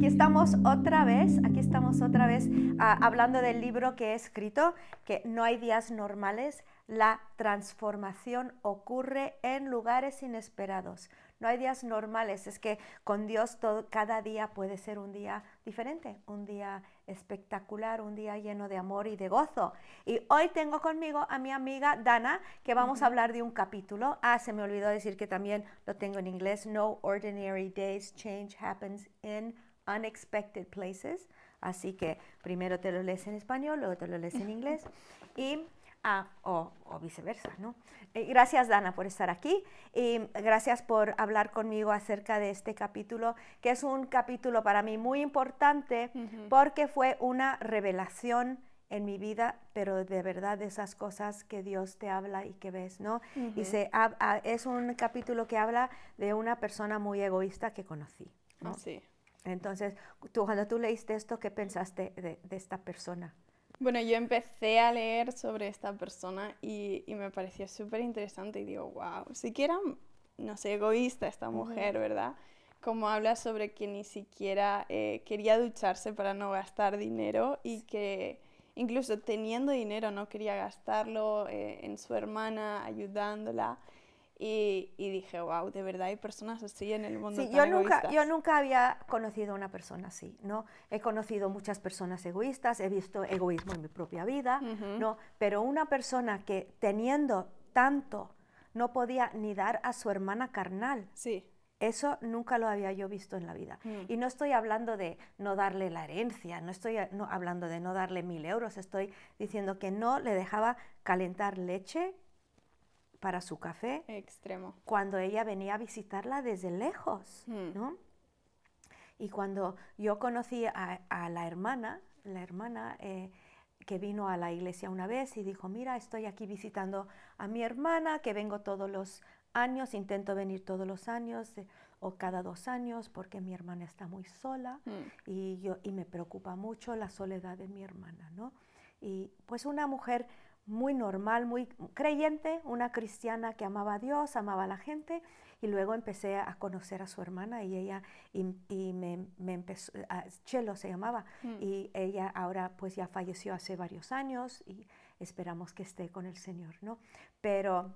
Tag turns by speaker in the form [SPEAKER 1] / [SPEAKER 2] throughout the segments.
[SPEAKER 1] aquí estamos otra vez hablando del libro que he escrito, que no hay días normales, la transformación ocurre en lugares inesperados. No hay días normales, es que con Dios cada día puede ser un día diferente, un día espectacular, un día lleno de amor y de gozo. Y hoy tengo conmigo a mi amiga Dana, que vamos a hablar de un capítulo. Se me olvidó decir que también lo tengo en inglés. No ordinary days, change happens in unexpected places. Así que primero te lo lees en español, luego te lo lees en inglés. Y o viceversa, ¿no? Gracias, Dana, por estar aquí y gracias por hablar conmigo acerca de este capítulo, que es un capítulo para mí muy importante porque fue una revelación en mi vida, pero de verdad de esas cosas que Dios te habla y que ves, ¿no? Y es un capítulo que habla de una persona muy egoísta que conocí, ¿no?
[SPEAKER 2] Sí.
[SPEAKER 1] Entonces, cuando tú leíste esto, ¿qué pensaste de esta persona?
[SPEAKER 2] Bueno, yo empecé a leer sobre esta persona y me pareció súper interesante y digo, wow, sí que era, no sé, egoísta esta mujer, ¿verdad? Como habla sobre que ni siquiera quería ducharse para no gastar dinero y que incluso teniendo dinero no quería gastarlo en su hermana, ayudándola. Y dije, wow, de verdad hay personas así en el mundo
[SPEAKER 1] Sí,
[SPEAKER 2] tan
[SPEAKER 1] yo
[SPEAKER 2] egoístas.
[SPEAKER 1] nunca había conocido a una persona así, ¿no? He conocido muchas personas egoístas, he visto egoísmo en mi propia vida, ¿no? Pero una persona que teniendo tanto no podía ni dar a su hermana carnal,
[SPEAKER 2] Sí.
[SPEAKER 1] eso nunca lo había yo visto en la vida. Y no estoy hablando de no darle la herencia, no estoy hablando de no darle 1.000 euros, estoy diciendo que no le dejaba calentar leche para su café
[SPEAKER 2] Extremo.
[SPEAKER 1] cuando ella venía a visitarla desde lejos, ¿no? Y cuando yo conocí a la hermana que vino a la iglesia una vez y dijo, mira, estoy aquí visitando a mi hermana, que vengo todos los años, intento venir todos los años o cada 2 años porque mi hermana está muy sola y me preocupa mucho la soledad de mi hermana, ¿no? Y pues una mujer muy normal, muy creyente, una cristiana que amaba a Dios, amaba a la gente, y luego empecé a conocer a su hermana y ella me empezó, Chelo se llamaba, y ella ahora pues ya falleció hace varios años y esperamos que esté con el Señor, ¿no? Pero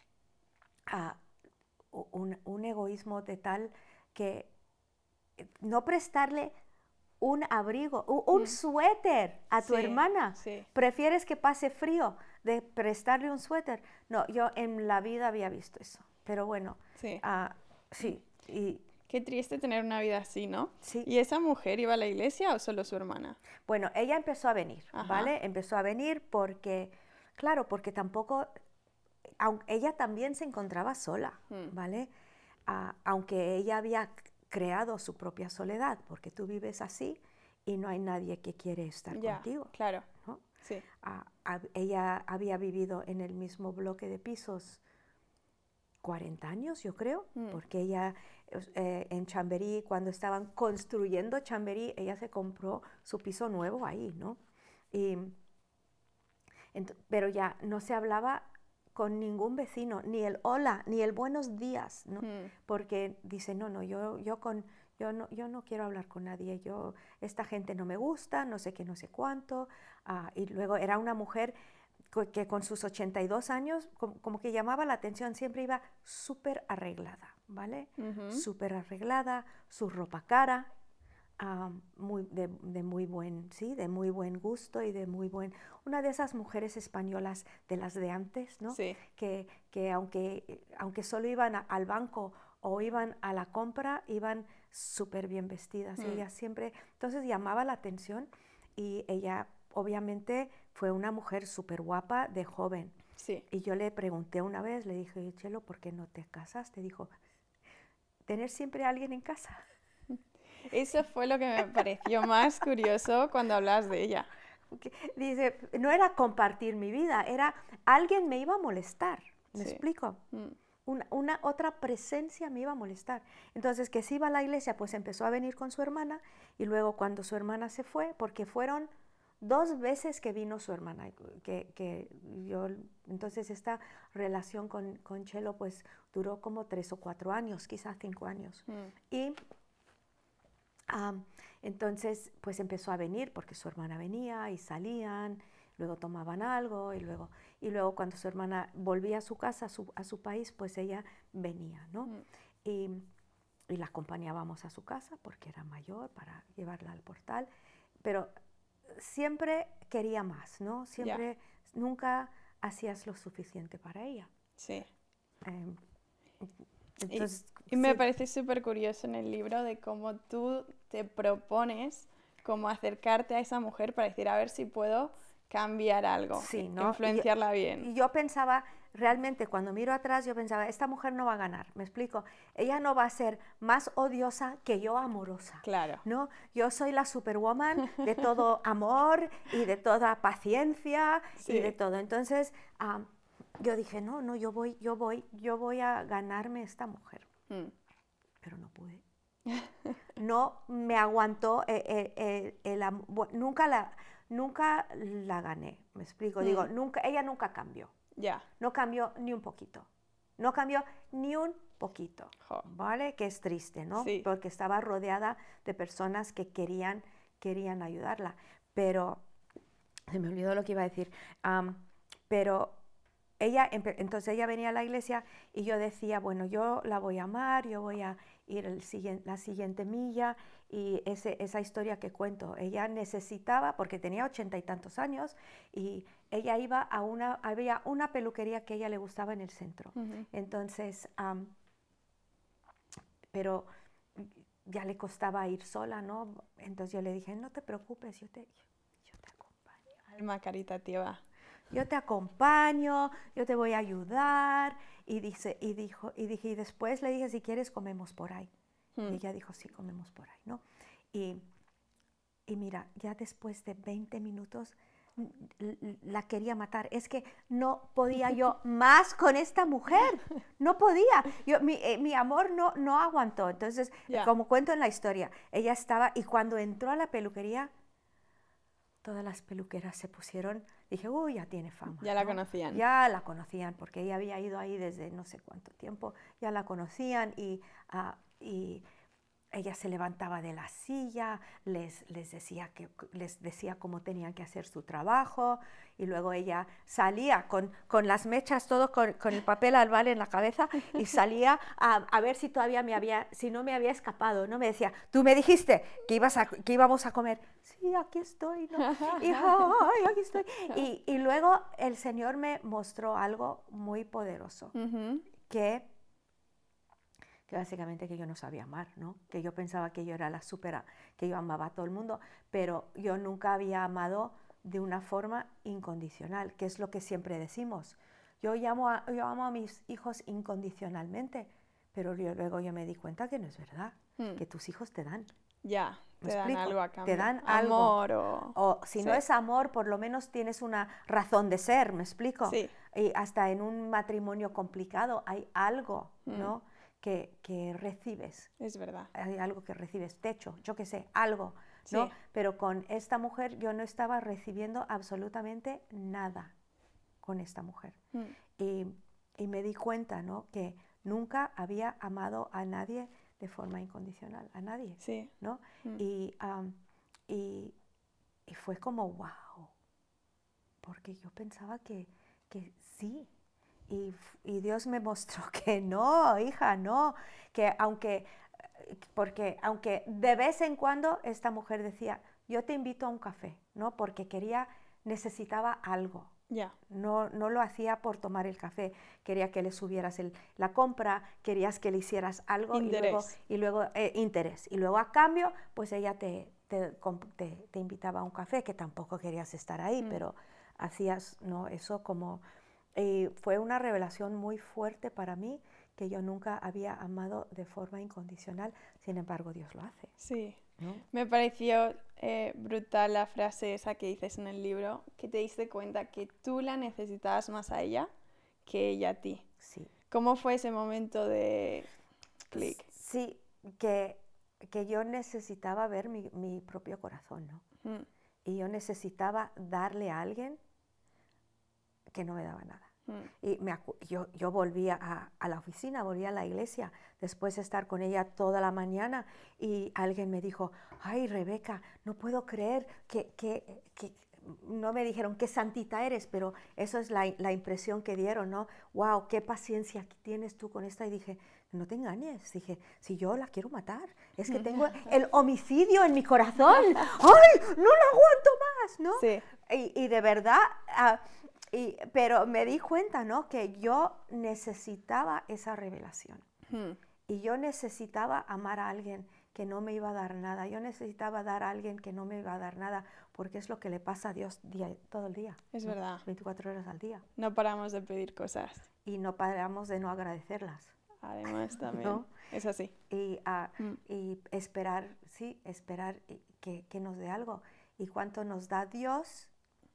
[SPEAKER 1] un egoísmo de tal que no prestarle un abrigo, un suéter a tu
[SPEAKER 2] Sí,
[SPEAKER 1] hermana.
[SPEAKER 2] sí.
[SPEAKER 1] ¿Prefieres que pase frío de prestarle un suéter? No, yo en la vida había visto eso. Pero bueno,
[SPEAKER 2] Sí.
[SPEAKER 1] sí. Y,
[SPEAKER 2] Qué triste tener una vida así, ¿no?
[SPEAKER 1] sí.
[SPEAKER 2] ¿Y esa mujer iba a la iglesia o solo su hermana?
[SPEAKER 1] Bueno, ella empezó a venir,
[SPEAKER 2] Ajá.
[SPEAKER 1] ¿vale? Empezó a venir porque, claro, porque tampoco, ella también se encontraba sola, ¿vale? Aunque ella había creado su propia soledad, porque tú vives así y no hay nadie que quiere estar
[SPEAKER 2] Ya,
[SPEAKER 1] contigo,
[SPEAKER 2] claro.
[SPEAKER 1] ¿no?
[SPEAKER 2] Sí.
[SPEAKER 1] Ella había vivido en el mismo bloque de pisos 40 años, yo creo, porque ella en Chamberí, cuando estaban construyendo Chamberí, ella se compró su piso nuevo ahí, ¿no? Y, pero ya no se hablaba con ningún vecino, ni el hola, ni el buenos días, ¿no? Porque dice, no, yo no quiero hablar con nadie, esta gente no me gusta, no sé qué, no sé cuánto. Y luego era una mujer que con sus 82 años, como que llamaba la atención, siempre iba súper arreglada, ¿vale? Súper arreglada, su ropa cara, de muy buen, sí, de muy buen gusto y de muy buen, una de esas mujeres españolas de las de antes, ¿no?
[SPEAKER 2] Sí.
[SPEAKER 1] Que aunque solo iban al banco o iban a la compra, iban súper bien vestidas. Y ella siempre, entonces llamaba la atención y ella obviamente fue una mujer súper guapa de joven.
[SPEAKER 2] Sí.
[SPEAKER 1] Y yo le pregunté una vez, le dije, Chelo, ¿por qué no te casaste? Dijo, tener siempre a alguien en casa.
[SPEAKER 2] Eso fue lo que me pareció más curioso cuando hablas de ella.
[SPEAKER 1] Dice, no era compartir mi vida, era alguien me iba a molestar, ¿me
[SPEAKER 2] Sí.
[SPEAKER 1] explico? Una otra presencia me iba a molestar. Entonces, que si iba a la iglesia, pues empezó a venir con su hermana y luego cuando su hermana se fue, porque fueron 2 veces que vino su hermana, entonces esta relación con Chelo pues duró como 3 o 4 años, quizás 5 años. Y Entonces, pues empezó a venir porque su hermana venía y salían, luego tomaban algo y luego cuando su hermana volvía a su casa, a su país, pues ella venía, ¿no? Y, y la acompañábamos a su casa porque era mayor para llevarla al portal, pero siempre quería más, ¿no? Siempre, nunca hacías lo suficiente para ella.
[SPEAKER 2] Sí.
[SPEAKER 1] Eh,
[SPEAKER 2] Y,
[SPEAKER 1] entonces,
[SPEAKER 2] y me
[SPEAKER 1] sí,
[SPEAKER 2] parece súper curioso en el libro de cómo tú te propones como acercarte a esa mujer para decir, a ver si puedo cambiar algo,
[SPEAKER 1] sí, ¿no?
[SPEAKER 2] influenciarla bien.
[SPEAKER 1] Y yo pensaba, realmente cuando miro atrás, yo pensaba, esta mujer no va a ganar, me explico, ella no va a ser más odiosa que yo amorosa,
[SPEAKER 2] Claro.
[SPEAKER 1] ¿no? Yo soy la superwoman de todo amor y de toda paciencia y de
[SPEAKER 2] Sí.
[SPEAKER 1] todo. Entonces, yo dije, no, no, yo voy a ganarme esta mujer,
[SPEAKER 2] Mm.
[SPEAKER 1] pero no pude. No me aguantó, nunca la gané, me explico, digo, ella nunca cambió,
[SPEAKER 2] Ya.
[SPEAKER 1] no cambió ni un poquito, no cambió ni un poquito,
[SPEAKER 2] Jo.
[SPEAKER 1] ¿vale? Que es triste, ¿no?
[SPEAKER 2] Sí.
[SPEAKER 1] Porque estaba rodeada de personas que querían ayudarla, pero se me olvidó lo que iba a decir, pero entonces ella venía a la iglesia y yo decía, bueno, yo la voy a amar, yo voy a ir la siguiente milla y esa historia que cuento, ella necesitaba, porque tenía 80 y tantos años y ella iba había una peluquería que a ella le gustaba en el centro. Entonces, pero ya le costaba ir sola, ¿no? Entonces yo le dije, no te preocupes, yo te acompaño.
[SPEAKER 2] Alma caritativa.
[SPEAKER 1] Yo te acompaño, yo te voy a ayudar. Y dije, y después le dije, si quieres, comemos por ahí. Y ella dijo, sí, comemos por ahí, ¿no? Y mira, ya después de 20 minutos la quería matar. Es que no podía yo más con esta mujer. No podía. Mi amor no aguantó. Entonces, como cuento en la historia, ella estaba, y cuando entró a la peluquería, todas las peluqueras se pusieron, dije, uy, ya tiene fama.
[SPEAKER 2] Ya la conocían.
[SPEAKER 1] Ya la conocían, porque ella había ido ahí desde no sé cuánto tiempo, ya la conocían y ella se levantaba de la silla, les decía cómo tenían que hacer su trabajo y luego ella salía con las mechas, todo con el papel albal en la cabeza y salía a ver si si no me había escapado, ¿no? Me decía, tú me dijiste que íbamos a comer. Sí, aquí estoy, ¿no? Hija, ay, aquí estoy. Y luego el Señor me mostró algo muy poderoso, que básicamente que yo no sabía amar, ¿no? Que yo pensaba que yo era que yo amaba a todo el mundo, pero yo nunca había amado de una forma incondicional, que es lo que siempre decimos. Yo amo a mis hijos incondicionalmente, pero luego yo me di cuenta que no es verdad, que tus hijos te dan.
[SPEAKER 2] Ya, te dan algo a cambio.
[SPEAKER 1] Te dan
[SPEAKER 2] amor
[SPEAKER 1] algo. O si no es amor, por lo menos tienes una razón de ser, ¿me explico?
[SPEAKER 2] Sí.
[SPEAKER 1] Y hasta en un matrimonio complicado hay algo, ¿no? Que recibes.
[SPEAKER 2] Es verdad.
[SPEAKER 1] Hay algo que recibes, techo, yo qué sé, algo, ¿no? Sí. Pero con esta mujer yo no estaba recibiendo absolutamente nada con esta mujer. Y me di cuenta, ¿no? Que nunca había amado a nadie de forma incondicional, a nadie,
[SPEAKER 2] sí.
[SPEAKER 1] ¿no? Y fue como, wow, porque yo pensaba que sí. Y Dios me mostró que no, hija, no, que aunque de vez en cuando esta mujer decía, yo te invito a un café, ¿no? Porque necesitaba algo.
[SPEAKER 2] Yeah.
[SPEAKER 1] No lo hacía por tomar el café, quería que le subieras la compra, querías que le hicieras algo
[SPEAKER 2] interés.
[SPEAKER 1] y luego interés. Y luego a cambio, pues ella te invitaba a un café, que tampoco querías estar ahí, pero hacías, ¿no? Eso como... fue una revelación muy fuerte para mí, que yo nunca había amado de forma incondicional, sin embargo Dios lo hace.
[SPEAKER 2] Sí,
[SPEAKER 1] ¿no?
[SPEAKER 2] Me pareció brutal la frase esa que dices en el libro, que te diste cuenta que tú la necesitabas más a ella que ella a ti.
[SPEAKER 1] Sí.
[SPEAKER 2] ¿Cómo fue ese momento de clic?
[SPEAKER 1] Sí, que yo necesitaba ver mi propio corazón, ¿no? Y yo necesitaba darle a alguien que no me daba nada. Y yo volví a la oficina, volví a la iglesia, después de estar con ella toda la mañana, y alguien me dijo, ay, Rebeca, no puedo creer que no me dijeron qué santita eres, pero eso es la impresión que dieron, ¿no? Wow, qué paciencia tienes tú con esta. Y dije, no te engañes, dije, si yo la quiero matar, es que tengo el homicidio en mi corazón, ay, no lo aguanto más, ¿no?
[SPEAKER 2] Sí.
[SPEAKER 1] Y de verdad... pero me di cuenta, ¿no? Que yo necesitaba esa revelación. Y yo necesitaba amar a alguien que no me iba a dar nada. Yo necesitaba dar a alguien que no me iba a dar nada, porque es lo que le pasa a Dios todo el día.
[SPEAKER 2] Es
[SPEAKER 1] ¿no?
[SPEAKER 2] verdad.
[SPEAKER 1] 24 horas al día.
[SPEAKER 2] No paramos de pedir cosas.
[SPEAKER 1] Y no paramos de no agradecerlas.
[SPEAKER 2] Además también.
[SPEAKER 1] ¿No?
[SPEAKER 2] Es así.
[SPEAKER 1] Y esperar, sí, esperar que nos dé algo. Y cuánto nos da Dios...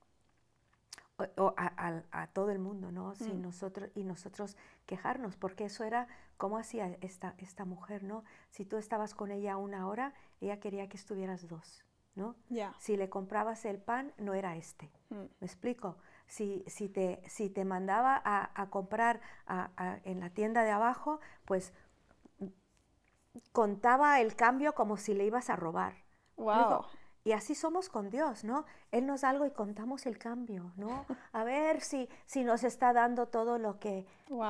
[SPEAKER 1] a todo el mundo, ¿no? Sin nosotros quejarnos, porque eso era como hacía esta mujer, ¿no? Si tú estabas con ella 1 hora, ella quería que estuvieras 2, ¿no?
[SPEAKER 2] Yeah.
[SPEAKER 1] Si le comprabas el pan, no era este. ¿Me explico? Si te mandaba a comprar en la tienda de abajo, pues contaba el cambio como si le ibas a robar.
[SPEAKER 2] Wow.
[SPEAKER 1] Y así somos con Dios, ¿no? Él nos da algo y contamos el cambio, ¿no? A ver si nos está dando todo lo que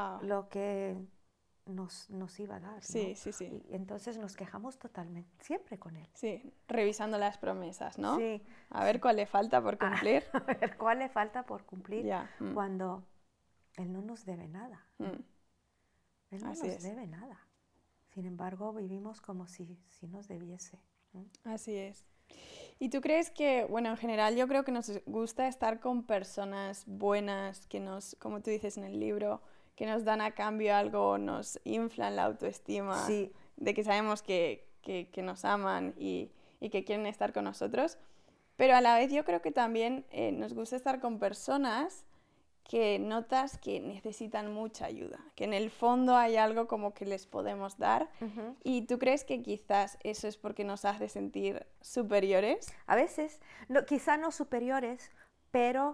[SPEAKER 1] nos iba a dar, ¿no?
[SPEAKER 2] Sí.
[SPEAKER 1] Y entonces nos quejamos totalmente, siempre con Él.
[SPEAKER 2] Sí, revisando las promesas, ¿no?
[SPEAKER 1] Sí.
[SPEAKER 2] A ver cuál le falta por cumplir.
[SPEAKER 1] A ver cuál le falta por cumplir
[SPEAKER 2] Ya.
[SPEAKER 1] cuando Él no nos debe nada. Él no
[SPEAKER 2] Así
[SPEAKER 1] nos
[SPEAKER 2] es.
[SPEAKER 1] debe nada. Sin embargo, vivimos como si nos debiese.
[SPEAKER 2] Así es. ¿Y tú crees que, bueno, en general yo creo que nos gusta estar con personas buenas que nos, como tú dices en el libro, que nos dan a cambio algo, nos inflan la autoestima,
[SPEAKER 1] Sí.
[SPEAKER 2] de que sabemos que nos aman y que quieren estar con nosotros? Pero a la vez yo creo que también nos gusta estar con personas que notas que necesitan mucha ayuda, que en el fondo hay algo como que les podemos dar. ¿Y tú crees que quizás eso es porque nos hace sentir superiores?
[SPEAKER 1] A veces, no, quizá no superiores, pero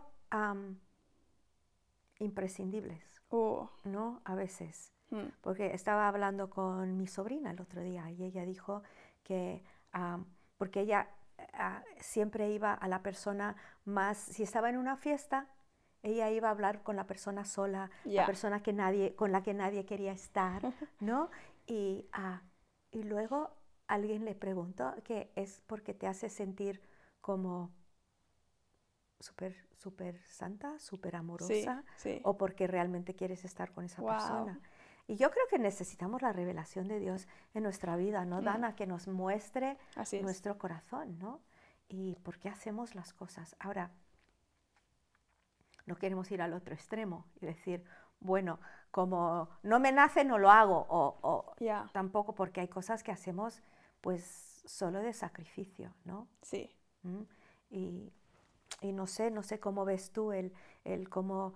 [SPEAKER 1] imprescindibles, ¿no? A veces. Porque estaba hablando con mi sobrina el otro día y ella dijo que, porque ella siempre iba a la persona más, si estaba en una fiesta, ella iba a hablar con la persona sola, la persona con la que nadie quería estar, ¿no? Y luego alguien le preguntó que es porque te hace sentir como súper santa, súper amorosa,
[SPEAKER 2] Sí.
[SPEAKER 1] o porque realmente quieres estar con esa persona. Y yo creo que necesitamos la revelación de Dios en nuestra vida, ¿no, Dana? Que nos muestre nuestro corazón, ¿no? Y por qué hacemos las cosas. Ahora, no queremos ir al otro extremo y decir, bueno, como no me nace, no lo hago, o tampoco, porque hay cosas que hacemos pues solo de sacrificio, ¿no?
[SPEAKER 2] Sí.
[SPEAKER 1] Y no sé cómo ves tú el cómo,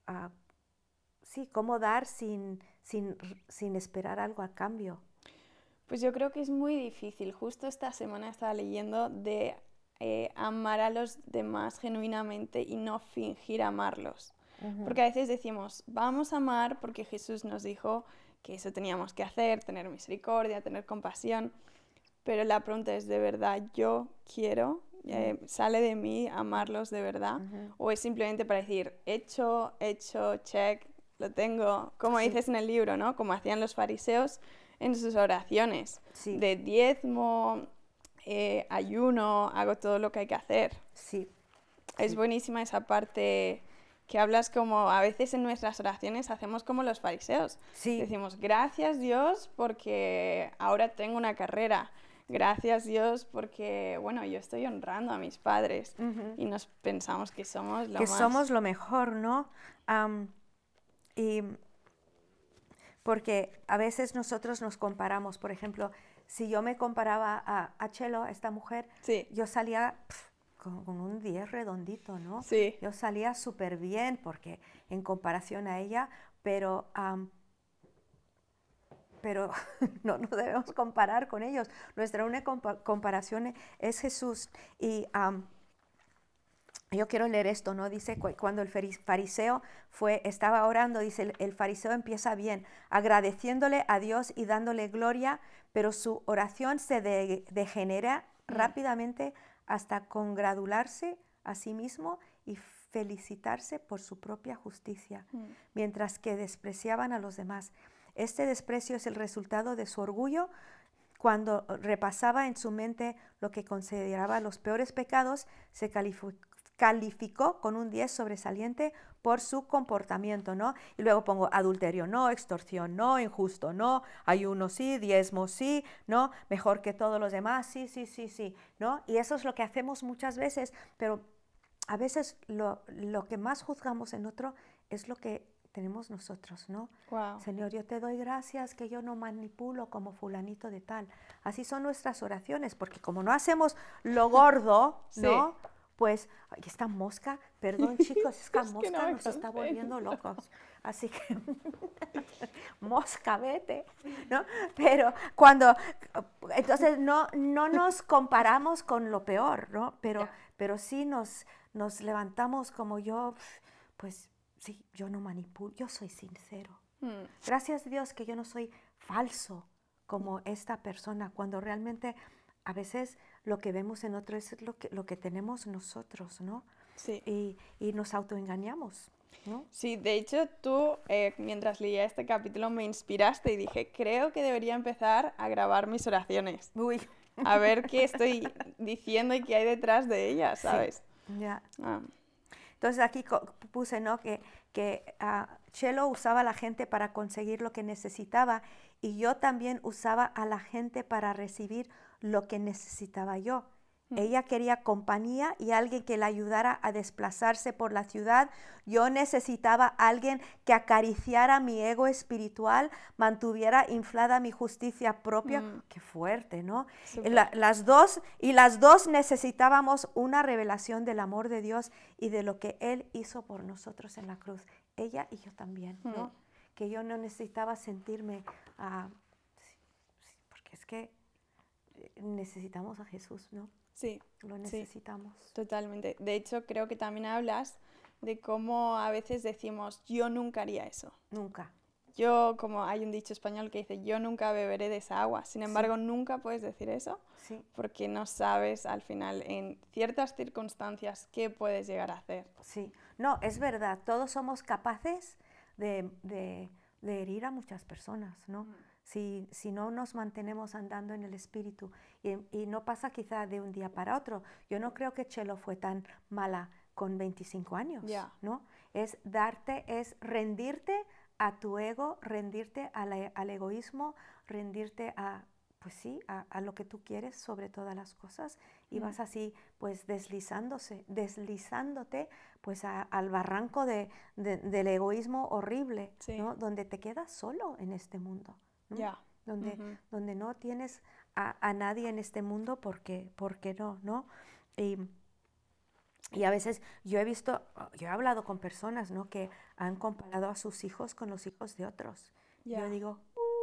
[SPEAKER 1] cómo dar sin esperar algo a cambio.
[SPEAKER 2] Pues yo creo que es muy difícil. Justo esta semana estaba leyendo de amar a los demás genuinamente y no fingir amarlos. Porque a veces decimos, vamos a amar porque Jesús nos dijo que eso teníamos que hacer, tener misericordia, tener compasión. Pero la pregunta es, ¿de verdad yo quiero? ¿Sale de mí amarlos de verdad? ¿O es simplemente para decir, hecho, check, lo tengo? Como dices en el libro, ¿no? Como hacían los fariseos en sus oraciones. De diezmo, ayuno, hago todo lo que hay que hacer. Es buenísima esa parte que hablas, como a veces en nuestras oraciones hacemos como los fariseos. Decimos, gracias Dios porque ahora tengo una carrera. Gracias Dios porque, bueno, yo estoy honrando a mis padres. Y nos pensamos que somos
[SPEAKER 1] somos lo mejor, ¿no? Y porque a veces nosotros nos comparamos. Por ejemplo, si yo me comparaba a Chelo, a esta mujer, yo salía con un 10 redondito, ¿no? Yo salía súper bien porque en comparación a ella, pero no nos debemos comparar con ellos. Nuestra única comparación es Jesús. Y Yo quiero leer esto, ¿no? Dice, cuando el fariseo estaba orando, dice, el fariseo empieza bien, agradeciéndole a Dios y dándole gloria, pero su oración se degenera rápidamente hasta congratularse a sí mismo y felicitarse por su propia justicia, mientras que despreciaban a los demás. Este desprecio es el resultado de su orgullo. Cuando repasaba en su mente lo que consideraba los peores pecados, se calificó con un 10 sobresaliente por su comportamiento, ¿no? Y luego pongo adulterio, no, extorsión, no, injusto, no, ayuno, sí, diezmo, sí, no, mejor que todos los demás, sí, sí, sí, sí, ¿no? Y eso es lo que hacemos muchas veces, pero a veces lo que más juzgamos en otro es lo que tenemos nosotros, ¿no?
[SPEAKER 2] Wow.
[SPEAKER 1] Señor, yo te doy gracias que yo no manipulo como fulanito de tal. Así son nuestras oraciones, porque como no hacemos lo gordo, ¿no?
[SPEAKER 2] Sí.
[SPEAKER 1] Pues, ay, esta mosca, perdón chicos, esta
[SPEAKER 2] Es que no
[SPEAKER 1] mosca
[SPEAKER 2] me
[SPEAKER 1] nos está volviendo
[SPEAKER 2] concentro.
[SPEAKER 1] locos. Así que, mosca, vete, ¿no? Pero cuando, entonces no nos comparamos con lo peor, ¿no? Pero sí nos levantamos como yo, pues sí, yo no manipulo, yo soy sincero. Gracias a Dios que yo no soy falso como esta persona, cuando realmente a veces lo que vemos en otro es lo que tenemos nosotros, ¿no?
[SPEAKER 2] Sí.
[SPEAKER 1] Y nos autoengañamos, ¿no?
[SPEAKER 2] Sí, de hecho tú, mientras leía este capítulo, me inspiraste y dije, creo que debería empezar a grabar mis oraciones.
[SPEAKER 1] Uy.
[SPEAKER 2] A ver qué estoy diciendo y qué hay detrás de ellas, ¿sabes?
[SPEAKER 1] Sí, ya.
[SPEAKER 2] Ah,
[SPEAKER 1] Entonces aquí puse, ¿no? Que Chelo usaba a la gente para conseguir lo que necesitaba y yo también usaba a la gente para recibir lo que necesitaba yo. Ella quería compañía y alguien que la ayudara a desplazarse por la ciudad. Yo necesitaba alguien que acariciara mi ego espiritual, mantuviera inflada mi justicia propia. Qué fuerte, ¿no?
[SPEAKER 2] súper.
[SPEAKER 1] Las dos necesitábamos una revelación del amor de Dios y de lo que Él hizo por nosotros en la cruz. Ella y yo también, ¿no? Que yo no necesitaba sentirme, porque es que necesitamos a Jesús, ¿no?
[SPEAKER 2] Sí,
[SPEAKER 1] Lo necesitamos.
[SPEAKER 2] sí, totalmente. De hecho, creo que también hablas de cómo a veces decimos, yo nunca haría eso.
[SPEAKER 1] Nunca.
[SPEAKER 2] Yo, como hay un dicho español que dice, yo nunca beberé de esa agua. Sin embargo, nunca puedes decir eso
[SPEAKER 1] Sí.
[SPEAKER 2] porque no sabes al final en ciertas circunstancias qué puedes llegar a hacer.
[SPEAKER 1] Sí. No, es verdad. Todos somos capaces de herir a muchas personas, ¿no? Si no nos mantenemos andando en el espíritu y no pasa quizá de un día para otro. Yo no creo que Chelo fue tan mala con 25 años, ¿no? Es rendirte a tu ego, rendirte al egoísmo, rendirte pues sí, a lo que tú quieres sobre todas las cosas y vas así pues deslizándote pues al barranco del egoísmo horrible, ¿no? Donde te quedas solo en este mundo, ¿no? Donde no tienes a nadie en este mundo porque no. Y a veces yo he hablado con personas, ¿no? Que han comparado a sus hijos con los hijos de otros. Yo digo,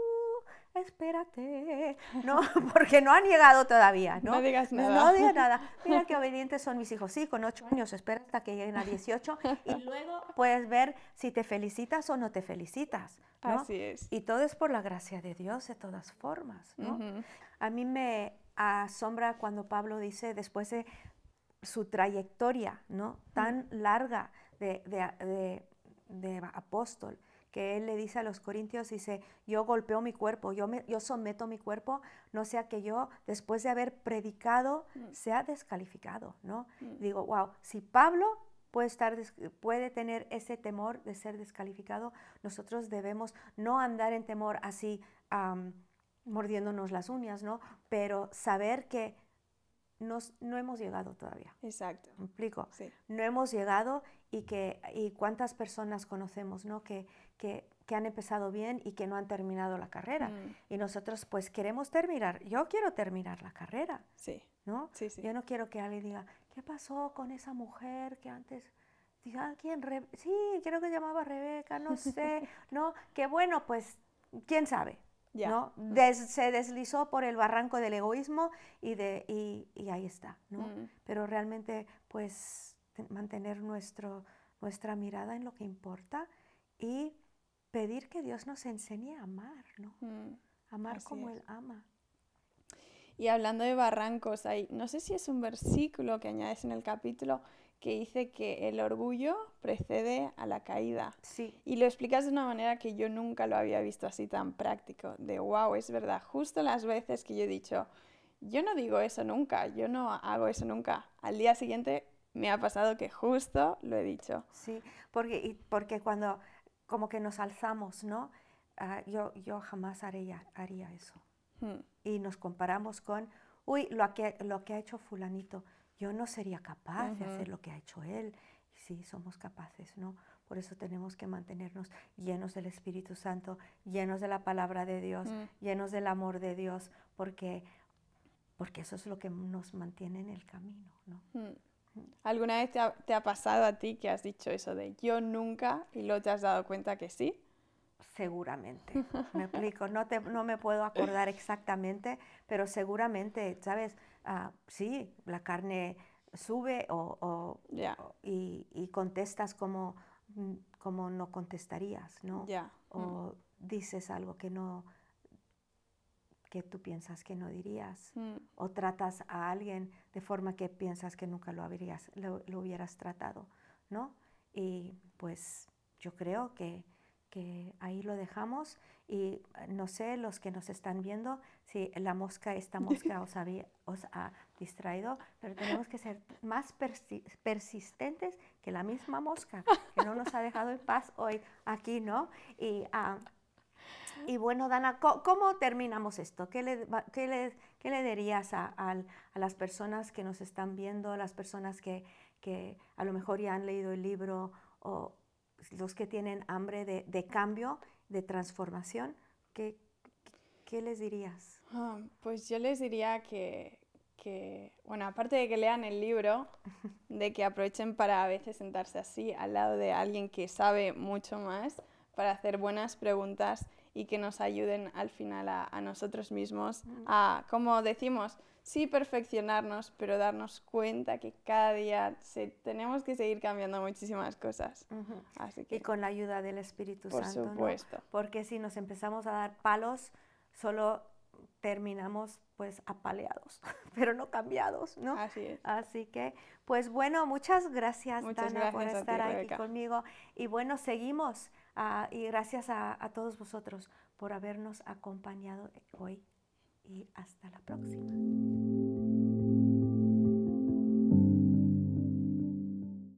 [SPEAKER 1] espérate, no, porque no han llegado todavía, ¿no?
[SPEAKER 2] No digas nada.
[SPEAKER 1] No digas nada. Mira qué obedientes son mis hijos. Sí, con 8 años, espera hasta que lleguen a 18 y luego puedes ver si te felicitas o no te felicitas, ¿no?
[SPEAKER 2] Así es.
[SPEAKER 1] Y todo es por la gracia de Dios de todas formas, ¿no? A mí me asombra cuando Pablo dice, después de su trayectoria, ¿no? Tan larga de apóstol, que él le dice a los corintios, dice, yo golpeo mi cuerpo, yo someto mi cuerpo, no sea que yo, después de haber predicado, sea descalificado, ¿no? Digo, wow, si Pablo puede tener ese temor de ser descalificado, nosotros debemos no andar en temor así, mordiéndonos las uñas, ¿no? Pero saber que no hemos llegado todavía.
[SPEAKER 2] Exacto.
[SPEAKER 1] ¿Me explico?
[SPEAKER 2] Sí.
[SPEAKER 1] No hemos llegado y cuántas personas conocemos, ¿no? Que han empezado bien y que no han terminado la carrera. Y nosotros pues queremos terminar. Yo quiero terminar la carrera.
[SPEAKER 2] Sí.
[SPEAKER 1] ¿No?
[SPEAKER 2] Sí, sí.
[SPEAKER 1] Yo no quiero que alguien diga, ¿qué pasó con esa mujer que antes... Diga, ¿quién? Sí, creo que se llamaba Rebeca, no sé. ¿No? Que bueno, pues, ¿quién sabe? ¿No? Se deslizó por el barranco del egoísmo y ahí está, ¿no? Pero realmente, pues, mantener nuestra mirada en lo que importa y pedir que Dios nos enseñe a amar, ¿no? Amar
[SPEAKER 2] Así
[SPEAKER 1] como
[SPEAKER 2] es.
[SPEAKER 1] Él ama.
[SPEAKER 2] Y hablando de barrancos, no sé si es un versículo que añades en el capítulo que dice que el orgullo precede a la caída.
[SPEAKER 1] Sí,
[SPEAKER 2] Y lo explicas de una manera que yo nunca lo había visto así tan práctico. De wow, es verdad, justo las veces que yo he dicho, yo no digo eso nunca, yo no hago eso nunca. Al día siguiente me ha pasado que justo lo he dicho.
[SPEAKER 1] sí, porque cuando como que nos alzamos, ¿no? Yo jamás haría eso.
[SPEAKER 2] Hmm,
[SPEAKER 1] Y nos comparamos con, uy, lo que ha hecho fulanito, yo no sería capaz de
[SPEAKER 2] ujú,
[SPEAKER 1] hacer lo que ha hecho él. Sí, somos capaces, ¿no? Por eso tenemos que mantenernos llenos del Espíritu Santo, llenos de la palabra de Dios,
[SPEAKER 2] mm,
[SPEAKER 1] llenos del amor de Dios, porque eso es lo que nos mantiene en el camino, ¿no?
[SPEAKER 2] mm. ¿Alguna vez te ha pasado a ti que has dicho eso de yo nunca y luego te has dado cuenta que sí?
[SPEAKER 1] Seguramente, me explico, no me puedo acordar exactamente, pero seguramente, ¿sabes? Sí, la carne sube
[SPEAKER 2] Ya,
[SPEAKER 1] y contestas como no contestarías, ¿no?
[SPEAKER 2] ya.
[SPEAKER 1] O dices algo que tú piensas que no dirías,
[SPEAKER 2] Mm,
[SPEAKER 1] o tratas a alguien de forma que piensas que nunca lo hubieras tratado, ¿no? Y pues yo creo que ahí lo dejamos y no sé, los que nos están viendo, si esta mosca os ha distraído, pero tenemos que ser más persistentes que la misma mosca, que no nos ha dejado en paz hoy aquí, ¿no? Y bueno, Dana, ¿cómo terminamos esto? ¿Qué le dirías a las personas que nos están viendo, a las personas que a lo mejor ya han leído el libro o los que tienen hambre de cambio, de transformación? ¿Qué les dirías?
[SPEAKER 2] Pues yo les diría bueno, aparte de que lean el libro, de que aprovechen para a veces sentarse así al lado de alguien que sabe mucho más para hacer buenas preguntas y que nos ayuden al final a nosotros mismos a, como decimos, sí perfeccionarnos, pero darnos cuenta que cada día tenemos que seguir cambiando muchísimas cosas.
[SPEAKER 1] Ujú.
[SPEAKER 2] Así
[SPEAKER 1] Y
[SPEAKER 2] que,
[SPEAKER 1] con la ayuda del Espíritu
[SPEAKER 2] por
[SPEAKER 1] Santo, ¿no?
[SPEAKER 2] supuesto,
[SPEAKER 1] Porque si nos empezamos a dar palos, solo terminamos pues apaleados, pero no cambiados, ¿no?
[SPEAKER 2] así es.
[SPEAKER 1] Así que, pues bueno, muchas gracias,
[SPEAKER 2] Muchas
[SPEAKER 1] Dana, por
[SPEAKER 2] gracias a ti,
[SPEAKER 1] estar aquí
[SPEAKER 2] Rebeca.
[SPEAKER 1] conmigo. Y bueno, seguimos. Y gracias a todos vosotros por habernos acompañado hoy. Y hasta la próxima.